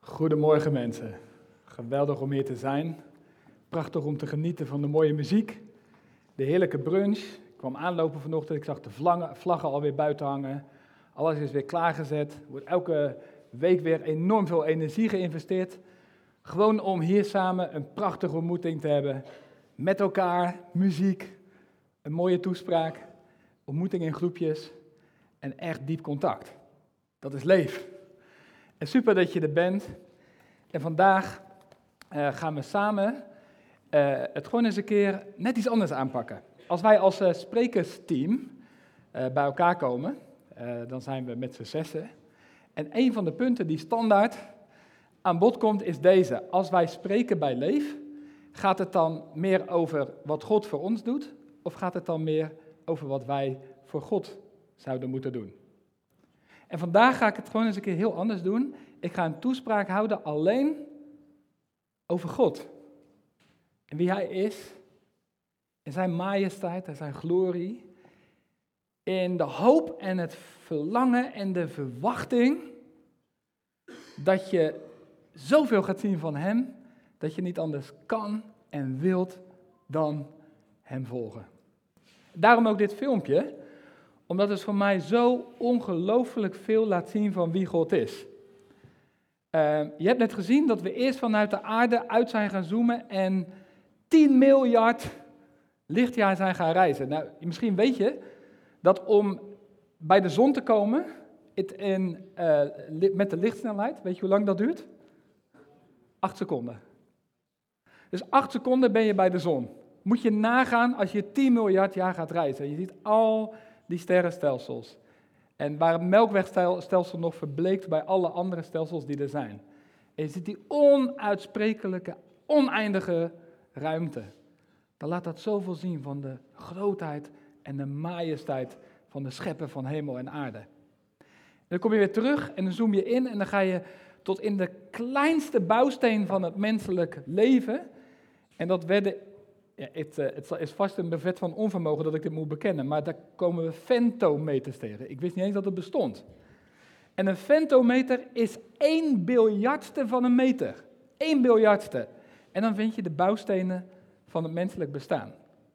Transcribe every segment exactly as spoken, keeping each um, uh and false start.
Goedemorgen mensen, geweldig om hier te zijn. Prachtig om te genieten van de mooie muziek, de heerlijke brunch. Ik kwam aanlopen vanochtend, ik zag de vlaggen, vlaggen alweer buiten hangen. Alles is weer klaargezet, er wordt elke week weer enorm veel energie geïnvesteerd. Gewoon om hier samen een prachtige ontmoeting te hebben. Met elkaar, muziek, een mooie toespraak, ontmoeting in groepjes en echt diep contact. Dat is leef. En super dat je er bent. En vandaag uh, gaan we samen uh, het gewoon eens een keer net iets anders aanpakken. Als wij als uh, sprekersteam uh, bij elkaar komen, uh, dan zijn we met z'n zessen. En een van de punten die standaard aan bod komt is deze. Als wij spreken bij Leef, gaat het dan meer over wat God voor ons doet? Of gaat het dan meer over wat wij voor God zouden moeten doen? En vandaag ga ik het gewoon eens een keer heel anders doen. Ik ga een toespraak houden alleen over God. En wie Hij is. En zijn majesteit en zijn glorie. In de hoop en het verlangen en de verwachting dat je zoveel gaat zien van Hem, dat je niet anders kan en wilt dan Hem volgen. Daarom ook dit filmpje, omdat het voor mij zo ongelooflijk veel laat zien van wie God is. Uh, je hebt net gezien dat we eerst vanuit de aarde uit zijn gaan zoomen en tien miljard lichtjaar zijn gaan reizen. Nou, misschien weet je dat om bij de zon te komen het in, uh, met de lichtsnelheid, weet je hoe lang dat duurt? Acht seconden. Dus acht seconden ben je bij de zon. Moet je nagaan als je tien miljard jaar gaat reizen. Je ziet al die sterrenstelsels. En waar het melkwegstelsel nog verbleekt bij alle andere stelsels die er zijn. En je ziet die onuitsprekelijke, oneindige ruimte. Dan laat dat zoveel zien van de grootheid en de majesteit van de schepper van hemel en aarde. En dan kom je weer terug en dan zoom je in en dan ga je tot in de kleinste bouwsteen van het menselijk leven. En dat werden... Ja, het, uh, het is vast een bevet van onvermogen dat ik dit moet bekennen, maar daar komen we femtometers tegen. Ik wist niet eens dat het bestond. En een femtometer is één biljardste van een meter. één biljardste. En dan vind je de bouwstenen van het menselijk bestaan.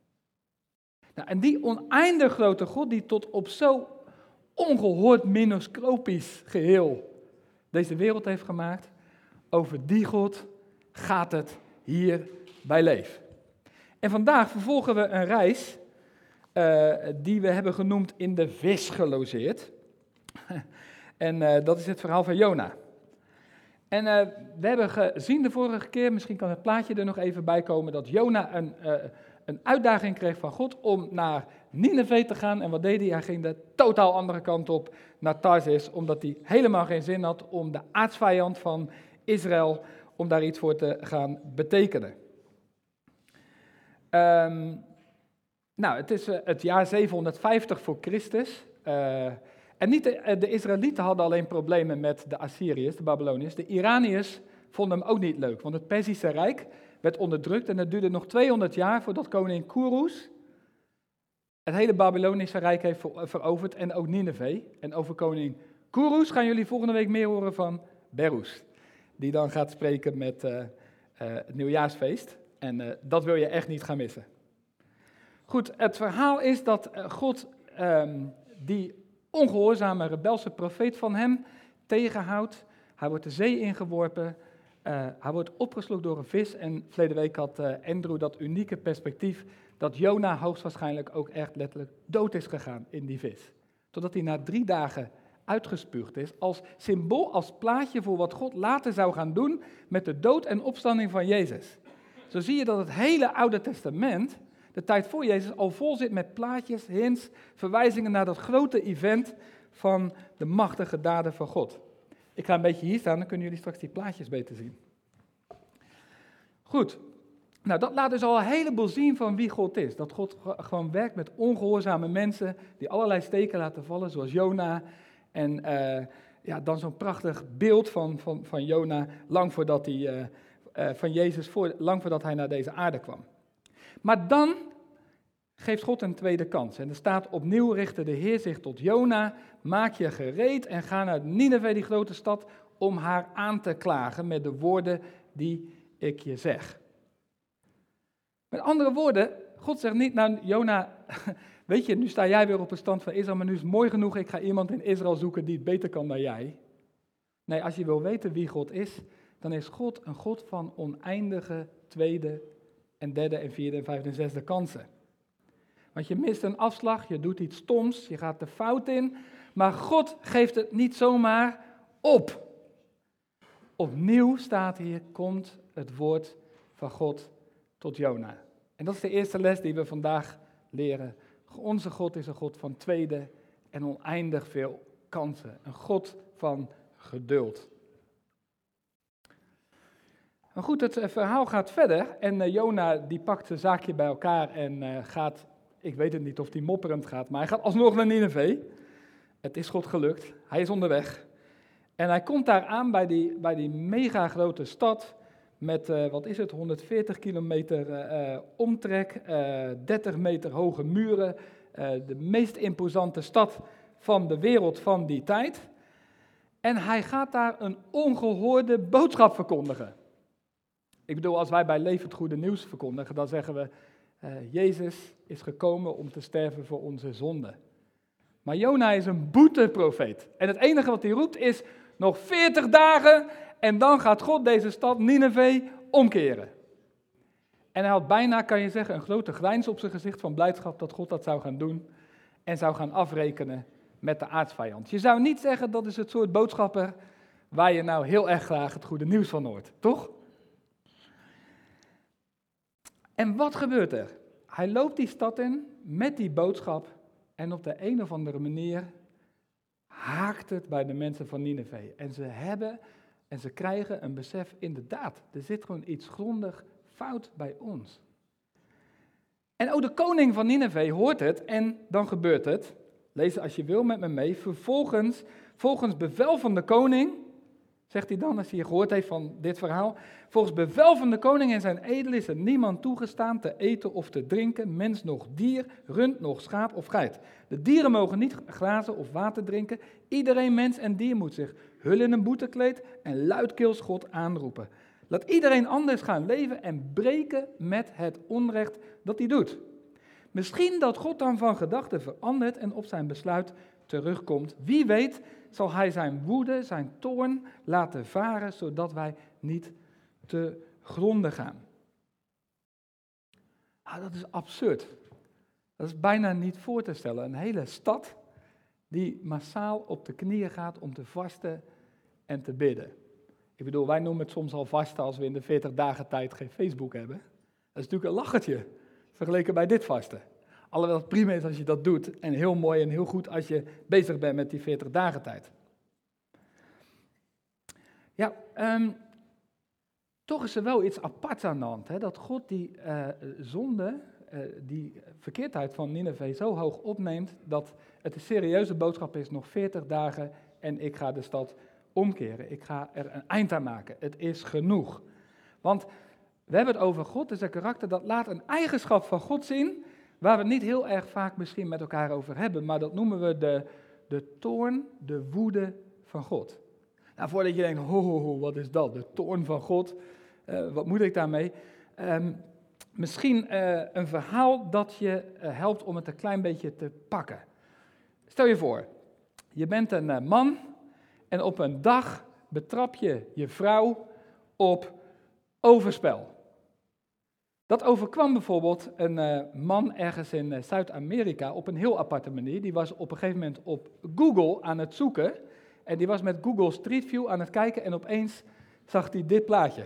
Nou, en die oneindig grote God die tot op zo ongehoord microscopisch geheel deze wereld heeft gemaakt, over die God gaat het hier bij Leef. En vandaag vervolgen we een reis uh, die we hebben genoemd in de vis gelogeerd. en uh, dat is het verhaal van Jona. En uh, we hebben gezien de vorige keer, misschien kan het plaatje er nog even bij komen, dat Jona een, uh, een uitdaging kreeg van God om naar Nineve te gaan. En wat deed hij? Hij ging de totaal andere kant op, naar Tarsis, omdat hij helemaal geen zin had om de aartsvijand van Israël, om daar iets voor te gaan betekenen. Um, nou, het is uh, het jaar zevenhonderdvijftig voor Christus. Uh, en niet de, de Israëlieten hadden alleen problemen met de Assyriërs, de Babyloniërs. De Iraniërs vonden hem ook niet leuk, want het Perzische Rijk werd onderdrukt. En het duurde nog tweehonderd jaar voordat koning Kouros het hele Babylonische Rijk heeft veroverd en ook Nineve. En over koning Kouros gaan jullie volgende week meer horen van Berus, die dan gaat spreken met uh, uh, het nieuwjaarsfeest. En uh, dat wil je echt niet gaan missen. Goed, het verhaal is dat uh, God um, die ongehoorzame, rebelse profeet van hem tegenhoudt. Hij wordt de zee ingeworpen. Uh, hij wordt opgeslokt door een vis. En verleden week had uh, Andrew dat unieke perspectief dat Jona hoogstwaarschijnlijk ook echt letterlijk dood is gegaan in die vis. Totdat hij na drie dagen uitgespuugd is als symbool, als plaatje voor wat God later zou gaan doen met de dood en opstanding van Jezus. Zo zie je dat het hele Oude Testament, de tijd voor Jezus, al vol zit met plaatjes, hints, verwijzingen naar dat grote event van de machtige daden van God. Ik ga een beetje hier staan, dan kunnen jullie straks die plaatjes beter zien. Goed, nou dat laat dus al een heleboel zien van wie God is. Dat God gewoon werkt met ongehoorzame mensen die allerlei steken laten vallen, zoals Jona. En uh, ja, dan zo'n prachtig beeld van, van, van Jona, lang voordat hij... Uh, Uh, van Jezus, voor, lang voordat hij naar deze aarde kwam. Maar dan geeft God een tweede kans. En er staat: opnieuw richtte de Heer zich tot Jona, maak je gereed en ga naar Nineve, die grote stad, om haar aan te klagen met de woorden die ik je zeg. Met andere woorden, God zegt niet, nou Jona, weet je, nu sta jij weer op de stand van Israël, maar nu is het mooi genoeg, ik ga iemand in Israël zoeken die het beter kan dan jij. Nee, als je wil weten wie God is, dan is God een God van oneindige tweede en derde en vierde en vijfde en zesde kansen. Want je mist een afslag, je doet iets stoms, je gaat de fout in, maar God geeft het niet zomaar op. Opnieuw staat hier, komt het woord van God tot Jona. En dat is de eerste les die we vandaag leren. Onze God is een God van tweede en oneindig veel kansen. Een God van geduld. Maar goed, het verhaal gaat verder en uh, Jona die pakt zijn zaakje bij elkaar en uh, gaat, ik weet het niet of hij mopperend gaat, maar hij gaat alsnog naar Nineve. Het is God gelukt, hij is onderweg. En hij komt daar aan bij die, bij die mega grote stad met, uh, wat is het, honderdveertig kilometer uh, omtrek, uh, dertig meter hoge muren, uh, de meest imposante stad van de wereld van die tijd. En hij gaat daar een ongehoorde boodschap verkondigen. Ik bedoel, als wij bij Leef het Goede Nieuws verkondigen, dan zeggen we, uh, Jezus is gekomen om te sterven voor onze zonden. Maar Jona is een boeteprofeet. En het enige wat hij roept is, nog veertig dagen en dan gaat God deze stad Nineve omkeren. En hij had bijna, kan je zeggen, een grote grijns op zijn gezicht van blijdschap dat God dat zou gaan doen en zou gaan afrekenen met de aardsvijand. Je zou niet zeggen dat is het soort boodschapper waar je nou heel erg graag het goede nieuws van hoort, toch? En wat gebeurt er? Hij loopt die stad in met die boodschap en op de een of andere manier haakt het bij de mensen van Nineve. En ze hebben en ze krijgen een besef, inderdaad, er zit gewoon iets grondig fout bij ons. En ook de koning van Nineve hoort het en dan gebeurt het. Lees als je wil met me mee. Vervolgens, volgens bevel van de koning, zegt hij dan als hij gehoord heeft van dit verhaal. Volgens bevel van de koning en zijn edelen is er niemand toegestaan te eten of te drinken, mens noch dier, rund noch schaap of geit. De dieren mogen niet grazen of water drinken. Iedereen mens en dier moet zich hullen in een boetekleed en luidkeels God aanroepen. Laat iedereen anders gaan leven en breken met het onrecht dat hij doet. Misschien dat God dan van gedachten verandert en op zijn besluit terugkomt. Wie weet zal hij zijn woede, zijn toorn laten varen, zodat wij niet te gronden gaan. Nou, dat is absurd. Dat is bijna niet voor te stellen. Een hele stad die massaal op de knieën gaat om te vasten en te bidden. Ik bedoel, wij noemen het soms al vasten als we in de veertig dagen tijd geen Facebook hebben. Dat is natuurlijk een lachertje, vergeleken bij dit vasten. Alhoewel het prima is als je dat doet en heel mooi en heel goed als je bezig bent met die veertig dagen tijd. Ja, um, toch is er wel iets aparts aan de hand. Hè? Dat God die uh, zonde, uh, die verkeerdheid van Nineve zo hoog opneemt dat het een serieuze boodschap is, nog veertig dagen en ik ga de stad omkeren. Ik ga er een eind aan maken. Het is genoeg. Want we hebben het over God, dus een karakter dat laat een eigenschap van God zien, waar we het niet heel erg vaak misschien met elkaar over hebben, maar dat noemen we de, de toorn, de woede van God. Nou, voordat je denkt, ho, ho, ho, wat is dat? De toorn van God, uh, wat moet ik daarmee? Um, misschien uh, een verhaal dat je uh, helpt om het een klein beetje te pakken. Stel je voor, je bent een uh, man en op een dag betrap je je vrouw op overspel. Dat overkwam bijvoorbeeld een uh, man ergens in uh, Zuid-Amerika op een heel aparte manier. Die was op een gegeven moment op Google aan het zoeken. En die was met Google Street View aan het kijken en opeens zag hij dit plaatje.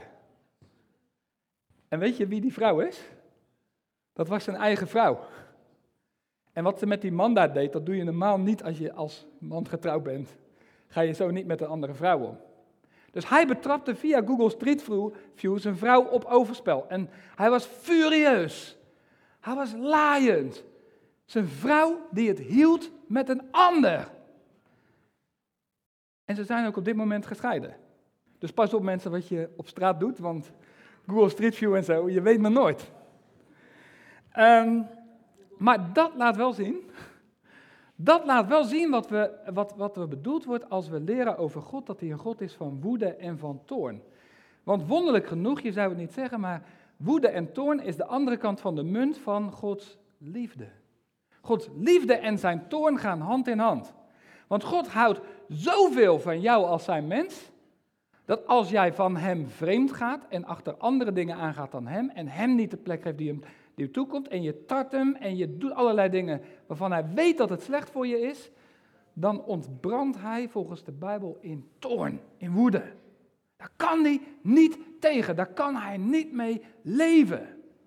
En weet je wie die vrouw is? Dat was zijn eigen vrouw. En wat ze met die man daar deed, dat doe je normaal niet als je als man getrouwd bent. Ga je zo niet met een andere vrouw om. Dus hij betrapte via Google Street View zijn vrouw op overspel. En hij was furieus. Hij was laaiend. Zijn vrouw die het hield met een ander. En ze zijn ook op dit moment gescheiden. Dus pas op mensen wat je op straat doet, want Google Street View en zo, je weet maar nooit. Um, maar dat laat wel zien Dat laat wel zien wat, we, wat, wat er bedoeld wordt als we leren over God, dat hij een God is van woede en van toorn. Want wonderlijk genoeg, je zou het niet zeggen, maar woede en toorn is de andere kant van de munt van Gods liefde. Gods liefde en zijn toorn gaan hand in hand. Want God houdt zoveel van jou als zijn mens, dat als jij van hem vreemd gaat en achter andere dingen aangaat dan hem, en hem niet de plek geeft die hem, die hem toekomt, en je tart hem en je doet allerlei dingen waarvan hij weet dat het slecht voor je is, dan ontbrandt hij volgens de Bijbel in toorn, in woede. Daar kan hij niet tegen, daar kan hij niet mee leven.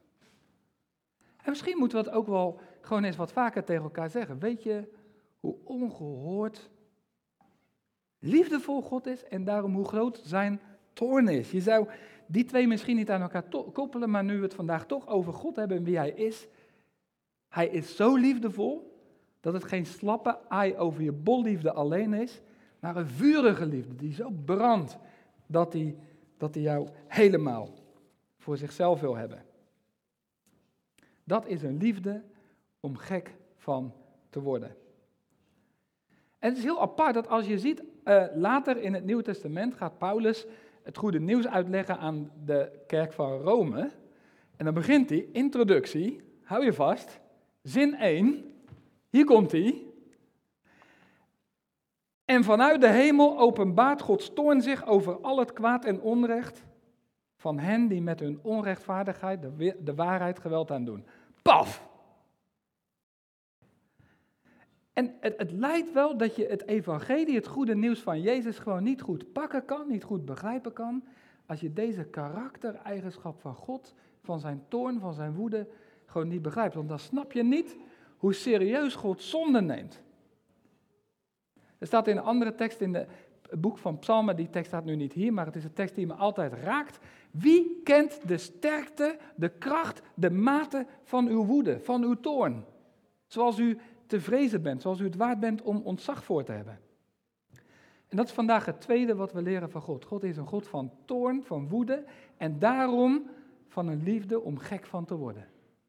En misschien moeten we het ook wel gewoon eens wat vaker tegen elkaar zeggen. Weet je hoe ongehoord liefdevol God is en daarom hoe groot zijn toorn is? Je zou die twee misschien niet aan elkaar to- koppelen, maar nu we het vandaag toch over God hebben en wie hij is. Hij is zo liefdevol dat het geen slappe aai over je bolliefde alleen is, maar een vurige liefde die zo brandt dat hij, dat hij jou helemaal voor zichzelf wil hebben. Dat is een liefde om gek van te worden. En het is heel apart dat als je ziet, uh, later in het Nieuwe Testament gaat Paulus het goede nieuws uitleggen aan de kerk van Rome. En dan begint hij, introductie, hou je vast, zin één, hier komt hij. En vanuit de hemel openbaart Gods toorn zich over al het kwaad en onrecht van hen die met hun onrechtvaardigheid de, de waarheid geweld aandoen. Paf! En het, het lijkt wel dat je het evangelie, het goede nieuws van Jezus, gewoon niet goed pakken kan, niet goed begrijpen kan, als je deze karaktereigenschap van God, van zijn toorn, van zijn woede, gewoon niet begrijpt. Want dan snap je niet hoe serieus God zonde neemt. Er staat in een andere tekst in de, het boek van Psalmen, die tekst staat nu niet hier, maar het is een tekst die me altijd raakt. Wie kent de sterkte, de kracht, de mate van uw woede, van uw toorn? Zoals u te vrezen bent, zoals u het waard bent om ontzag voor te hebben. En dat is vandaag het tweede wat we leren van God. God is een God van toorn, van woede en daarom van een liefde om gek van te worden.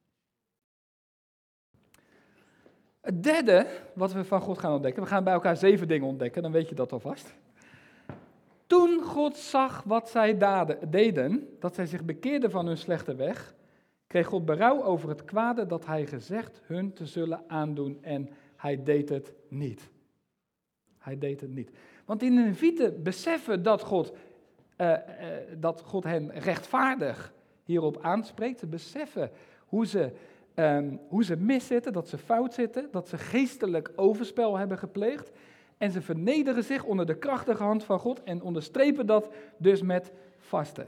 Het derde wat we van God gaan ontdekken, we gaan bij elkaar zeven dingen ontdekken, dan weet je dat alvast. Toen God zag wat zij daden, deden, dat zij zich bekeerden van hun slechte weg, kreeg God berouw over het kwade dat hij gezegd hun te zullen aandoen en hij deed het niet. Hij deed het niet. Want die Ninevieten beseffen dat God, uh, uh, dat God hen rechtvaardig hierop aanspreekt. Ze beseffen hoe ze, um, hoe ze miszitten, dat ze fout zitten, dat ze geestelijk overspel hebben gepleegd. En ze vernederen zich onder de krachtige hand van God en onderstrepen dat dus met vasten.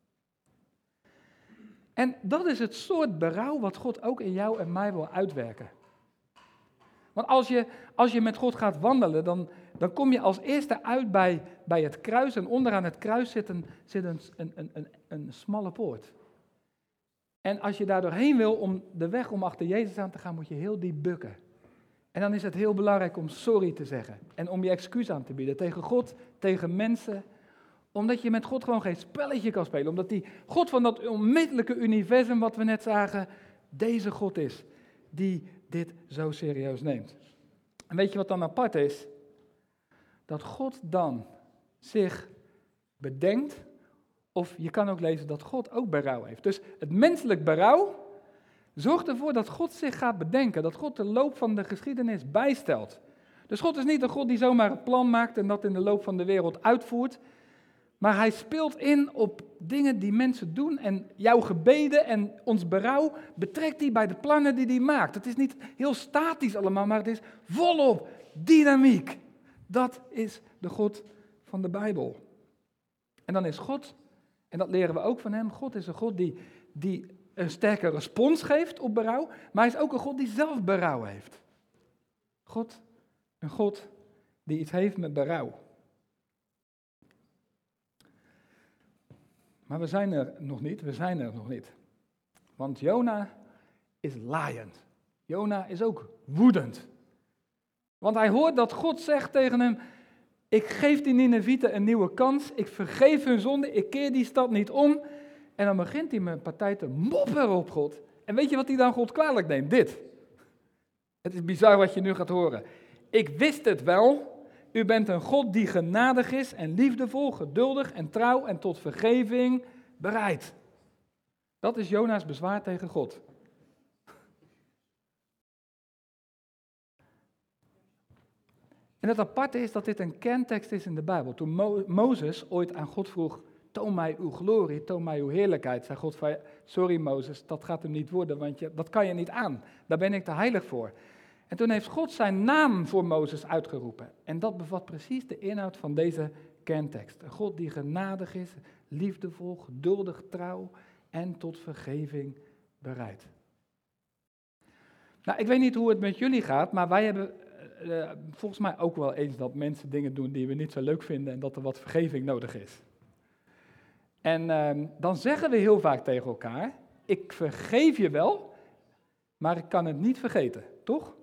En dat is het soort berouw wat God ook in jou en mij wil uitwerken. Want als je, als je met God gaat wandelen, dan, dan kom je als eerste uit bij, bij het kruis. En onderaan het kruis zit, een, zit een, een, een, een, een smalle poort. En als je daar doorheen wil, om de weg om achter Jezus aan te gaan, moet je heel diep bukken. En dan is het heel belangrijk om sorry te zeggen. En om je excuus aan te bieden tegen God, tegen mensen. Omdat je met God gewoon geen spelletje kan spelen. Omdat die God van dat onmetelijke universum wat we net zagen, deze God is. Die dit zo serieus neemt. En weet je wat dan apart is? Dat God dan zich bedenkt, of je kan ook lezen dat God ook berouw heeft. Dus het menselijk berouw zorgt ervoor dat God zich gaat bedenken. Dat God de loop van de geschiedenis bijstelt. Dus God is niet een God die zomaar een plan maakt en dat in de loop van de wereld uitvoert. Maar hij speelt in op dingen die mensen doen en jouw gebeden en ons berouw betrekt hij bij de plannen die hij maakt. Het is niet heel statisch allemaal, maar het is volop dynamiek. Dat is de God van de Bijbel. En dan is God, en dat leren we ook van hem, God is een God die, die een sterke respons geeft op berouw, maar hij is ook een God die zelf berouw heeft. God, een God die iets heeft met berouw. Maar we zijn er nog niet, we zijn er nog niet. Want Jona is laaiend. Jona is ook woedend. Want hij hoort dat God zegt tegen hem, ik geef die Ninevieten een nieuwe kans, ik vergeef hun zonde, ik keer die stad niet om. En dan begint hij met een partij te mopperen op God. En weet je wat hij dan God kwalijk neemt? Dit. Het is bizar wat je nu gaat horen. Ik wist het wel. U bent een God die genadig is en liefdevol, geduldig en trouw en tot vergeving bereid. Dat is Jona's bezwaar tegen God. En het aparte is dat dit een kerntekst is in de Bijbel. Toen Mo- Mozes ooit aan God vroeg, toon mij uw glorie, toon mij uw heerlijkheid, zei God van, sorry Mozes, dat gaat hem niet worden, want je, dat kan je niet aan. Daar ben ik te heilig voor. En toen heeft God zijn naam voor Mozes uitgeroepen. En dat bevat precies de inhoud van deze kerntekst. Een God die genadig is, liefdevol, geduldig, trouw en tot vergeving bereid. Nou, ik weet niet hoe het met jullie gaat, maar wij hebben uh, volgens mij ook wel eens dat mensen dingen doen die we niet zo leuk vinden en dat er wat vergeving nodig is. En uh, dan zeggen we heel vaak tegen elkaar, ik vergeef je wel, maar ik kan het niet vergeten, toch?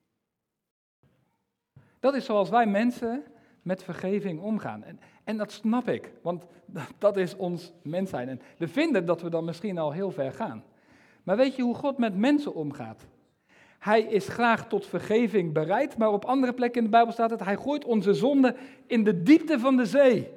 Dat is zoals wij mensen met vergeving omgaan. En, en dat snap ik, want dat is ons mens zijn. En we vinden dat we dan misschien al heel ver gaan. Maar weet je hoe God met mensen omgaat? Hij is graag tot vergeving bereid, maar op andere plekken in de Bijbel staat het, hij gooit onze zonden in de diepte van de zee.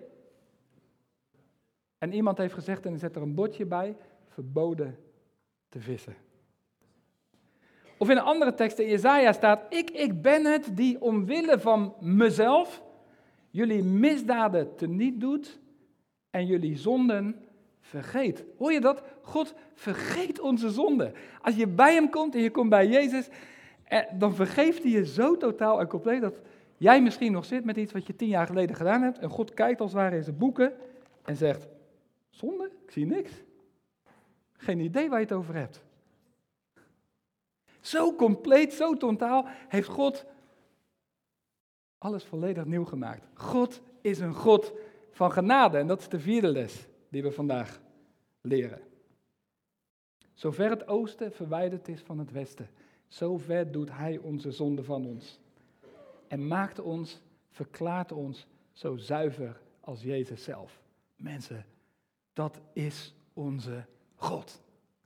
En iemand heeft gezegd, en hij zet er een bordje bij, verboden te vissen. Of in een andere tekst in Jesaja staat, ik, ik ben het die omwille van mezelf jullie misdaden teniet doet en jullie zonden vergeet. Hoor je dat? God vergeet onze zonden. Als je bij hem komt en je komt bij Jezus, dan vergeeft hij je zo totaal en compleet dat jij misschien nog zit met iets wat je tien jaar geleden gedaan hebt en God kijkt als het ware in zijn boeken en zegt, zonde? Ik zie niks. Geen idee waar je het over hebt. Zo compleet, zo totaal heeft God alles volledig nieuw gemaakt. God is een God van genade en dat is de vierde les die we vandaag leren. Zover het oosten verwijderd is van het westen, zover doet hij onze zonde van ons. En maakt ons, verklaart ons zo zuiver als Jezus zelf. Mensen, dat is onze God.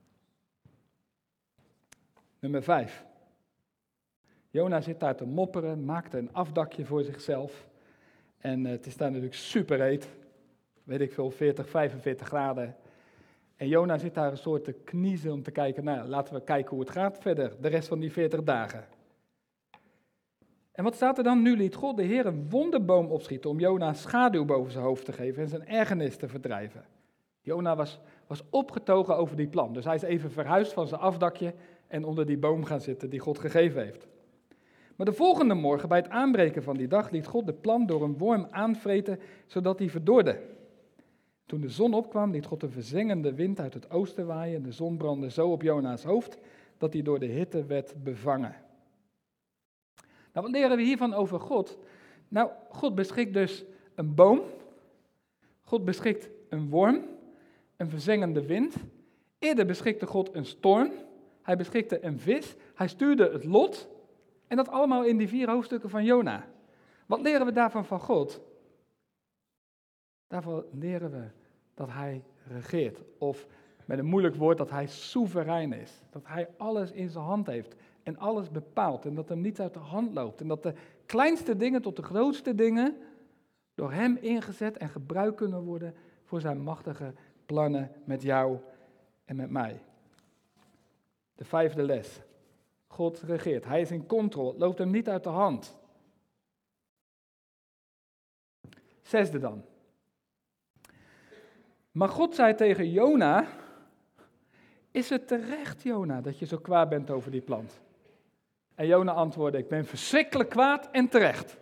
Nummer vijf. Jona zit daar te mopperen, maakt een afdakje voor zichzelf. En uh, het is daar natuurlijk super heet. Weet ik veel, veertig, vijfenveertig graden. En Jona zit daar een soort te kniezen om te kijken, nou, laten we kijken hoe het gaat verder, de rest van die veertig dagen. En wat staat er dan? Nu liet God de Heer een wonderboom opschieten om Jona schaduw boven zijn hoofd te geven en zijn ergernis te verdrijven. Jona was, was opgetogen over die plan, dus hij is even verhuisd van zijn afdakje en onder die boom gaan zitten die God gegeven heeft. Maar de volgende morgen, bij het aanbreken van die dag, liet God de plant door een worm aanvreten, zodat hij verdorde. Toen de zon opkwam, liet God een verzengende wind uit het oosten waaien en de zon brandde zo op Jona's hoofd, dat hij door de hitte werd bevangen. Nou, wat leren we hiervan over God? Nou, God beschikt dus een boom, God beschikt een worm, een verzengende wind. Eerder beschikte God een storm, hij beschikte een vis, hij stuurde het lot. En dat allemaal in die vier hoofdstukken van Jona. Wat leren we daarvan van God? Daarvan leren we dat hij regeert. Of met een moeilijk woord dat hij soeverein is. Dat hij alles in zijn hand heeft en alles bepaalt. En dat hem niets uit de hand loopt. En dat de kleinste dingen tot de grootste dingen door hem ingezet en gebruikt kunnen worden voor zijn machtige plannen met jou en met mij. De vijfde les. God regeert. Hij is in controle. Het loopt hem niet uit de hand. Zesde dan. Maar God zei tegen Jona, is het terecht, Jona, dat je zo kwaad bent over die plant? En Jona antwoordde, ik ben verschrikkelijk kwaad en terecht.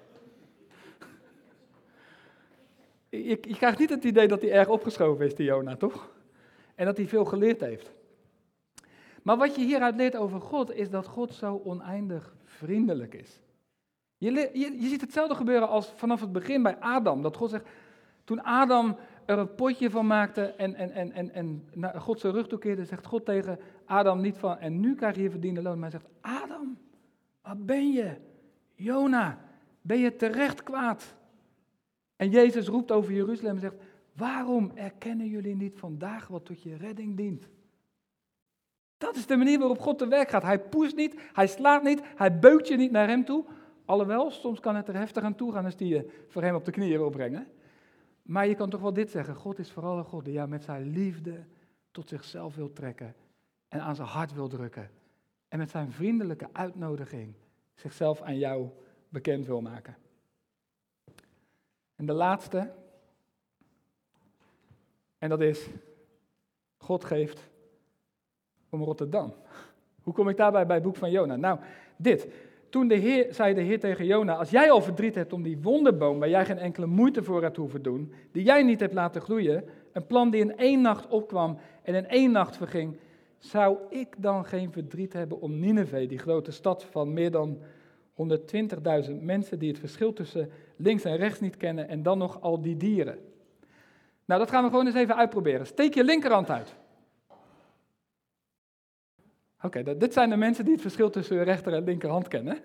Je, je krijgt niet het idee dat hij erg opgeschoven is, die Jona, toch? En dat hij veel geleerd heeft. Maar wat je hieruit leert over God, is dat God zo oneindig vriendelijk is. Je, je, je ziet hetzelfde gebeuren als vanaf het begin bij Adam. Dat God zegt, toen Adam er een potje van maakte en, en, en, en, en naar God zijn rug toekeerde, zegt God tegen Adam niet van, en nu krijg je je verdiende loon. Maar hij zegt, Adam, wat ben je? Jona, ben je terecht kwaad? En Jezus roept over Jeruzalem en zegt, waarom erkennen jullie niet vandaag wat tot je redding dient? Dat is de manier waarop God te werk gaat. Hij poest niet, hij slaat niet, hij beukt je niet naar hem toe. Alhoewel, soms kan het er heftig aan toe gaan als die je voor hem op de knieën wil brengen. Maar je kan toch wel dit zeggen, God is vooral een God die jou met zijn liefde tot zichzelf wil trekken en aan zijn hart wil drukken. En met zijn vriendelijke uitnodiging zichzelf aan jou bekend wil maken. En de laatste, en dat is, God geeft om Rotterdam. Hoe kom ik daarbij bij het boek van Jona? Nou, dit. Toen de Heer, zei de Heer tegen Jona, als jij al verdriet hebt om die wonderboom waar jij geen enkele moeite voor hebt hoeven doen, die jij niet hebt laten groeien, een plan die in één nacht opkwam en in één nacht verging, zou ik dan geen verdriet hebben om Nineve, die grote stad van meer dan honderdtwintigduizend mensen die het verschil tussen links en rechts niet kennen en dan nog al die dieren. Nou, dat gaan we gewoon eens even uitproberen. Steek je linkerhand uit. Oké, okay, dit zijn de mensen die het verschil tussen rechter en linkerhand kennen.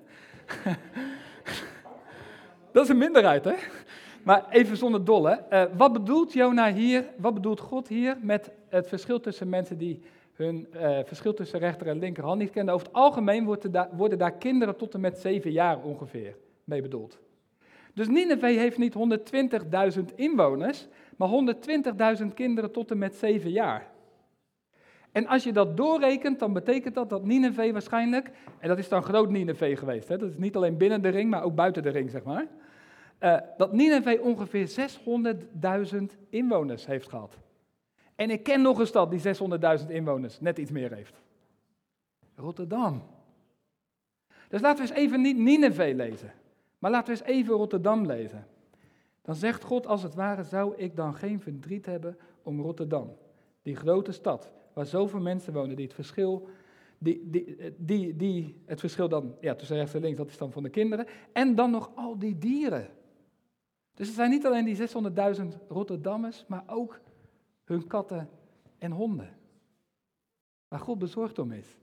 Dat is een minderheid, hè? Maar even zonder dolle. Uh, wat bedoelt Jona hier, wat bedoelt God hier met het verschil tussen mensen die hun uh, verschil tussen rechter en linkerhand niet kennen? Over het algemeen worden daar, worden daar kinderen tot en met zeven jaar ongeveer mee bedoeld. Dus Nineve heeft niet honderdtwintigduizend inwoners, maar honderdtwintigduizend kinderen tot en met zeven jaar. En als je dat doorrekent, dan betekent dat dat Nineve waarschijnlijk, en dat is dan groot Nineve geweest, hè, dat is niet alleen binnen de ring, maar ook buiten de ring, zeg maar, uh, dat Nineve ongeveer zeshonderdduizend inwoners heeft gehad. En ik ken nog een stad die zeshonderdduizend inwoners, net iets meer heeft. Rotterdam. Dus laten we eens even niet Nineve lezen, maar laten we eens even Rotterdam lezen. Dan zegt God, als het ware, zou ik dan geen verdriet hebben om Rotterdam, die grote stad, waar zoveel mensen wonen die het verschil, die, die, die, die het verschil dan, ja, tussen rechts en links, dat is dan van de kinderen, en dan nog al die dieren. Dus het zijn niet alleen die zeshonderdduizend Rotterdammers, maar ook hun katten en honden, waar God bezorgd om is.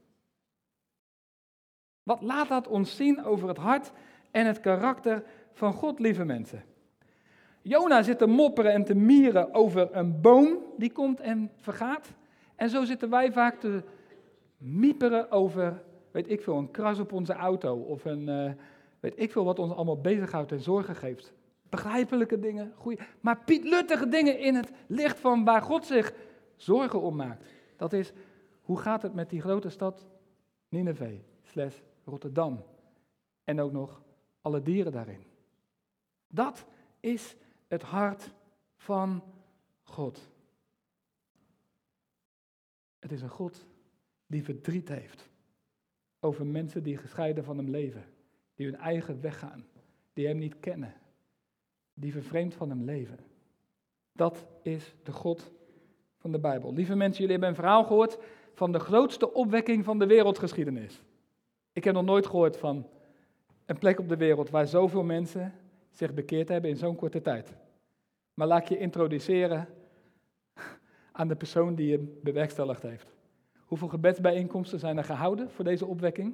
Wat laat dat ons zien over het hart en het karakter van God, lieve mensen? Jona zit te mopperen en te mieren over een boom die komt en vergaat. En zo zitten wij vaak te mieperen over, weet ik veel, een kras op onze auto. Of een, uh, weet ik veel, wat ons allemaal bezighoudt en zorgen geeft. Begrijpelijke dingen, goeie, maar pietluttige dingen in het licht van waar God zich zorgen om maakt. Dat is, hoe gaat het met die grote stad Nineve, slash Rotterdam. En ook nog alle dieren daarin. Dat is het hart van God. Het is een God die verdriet heeft over mensen die gescheiden van hem leven, die hun eigen weg gaan, die hem niet kennen, die vervreemd van hem leven. Dat is de God van de Bijbel. Lieve mensen, jullie hebben een verhaal gehoord van de grootste opwekking van de wereldgeschiedenis. Ik heb nog nooit gehoord van een plek op de wereld waar zoveel mensen zich bekeerd hebben in zo'n korte tijd. Maar laat ik je introduceren aan de persoon die hem bewerkstelligd heeft. Hoeveel gebedsbijeenkomsten zijn er gehouden voor deze opwekking?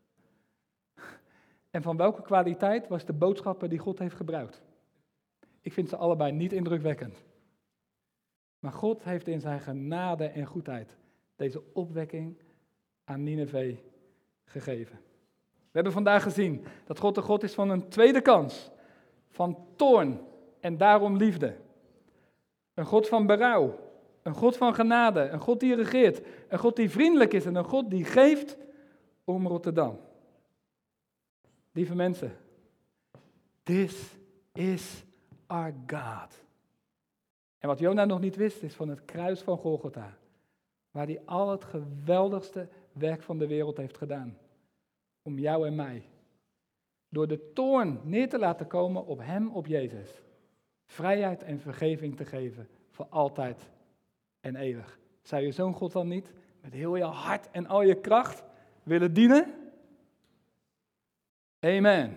En van welke kwaliteit was de boodschapper die God heeft gebruikt? Ik vind ze allebei niet indrukwekkend. Maar God heeft in zijn genade en goedheid deze opwekking aan Nineve gegeven. We hebben vandaag gezien dat God de God is van een tweede kans, van toorn en daarom liefde. Een God van berouw, een God van genade, een God die regeert, een God die vriendelijk is en een God die geeft om Rotterdam. Lieve mensen, this is our God. En wat Jona nog niet wist is van het kruis van Golgotha, waar hij al het geweldigste werk van de wereld heeft gedaan. Om jou en mij. Door de toorn neer te laten komen op hem, op Jezus. Vrijheid en vergeving te geven voor altijd en eeuwig. Zou je zo'n God dan niet met heel je hart en al je kracht willen dienen? Amen.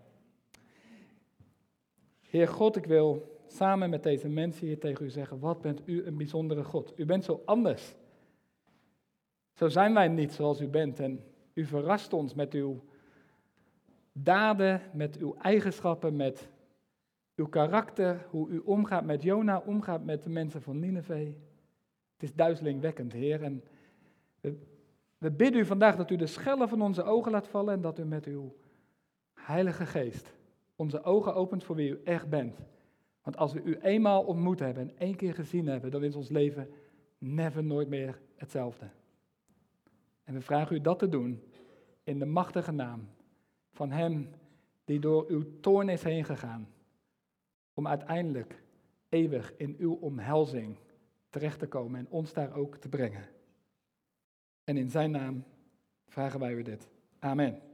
Heer God, ik wil samen met deze mensen hier tegen u zeggen, wat bent u een bijzondere God. U bent zo anders. Zo zijn wij niet zoals u bent en u verrast ons met uw daden, met uw eigenschappen, met uw karakter, hoe u omgaat met Jona, omgaat met de mensen van Nineve. Het is duizelingwekkend, Heer. En we, we bidden u vandaag dat u de schellen van onze ogen laat vallen en dat u met uw Heilige Geest, onze ogen opent voor wie u echt bent. Want als we u eenmaal ontmoet hebben en één keer gezien hebben, dan is ons leven never nooit meer hetzelfde. En we vragen u dat te doen in de machtige naam van Hem die door uw toorn is heen gegaan, om uiteindelijk eeuwig in uw omhelzing terecht te komen en ons daar ook te brengen. En in zijn naam vragen wij u dit. Amen.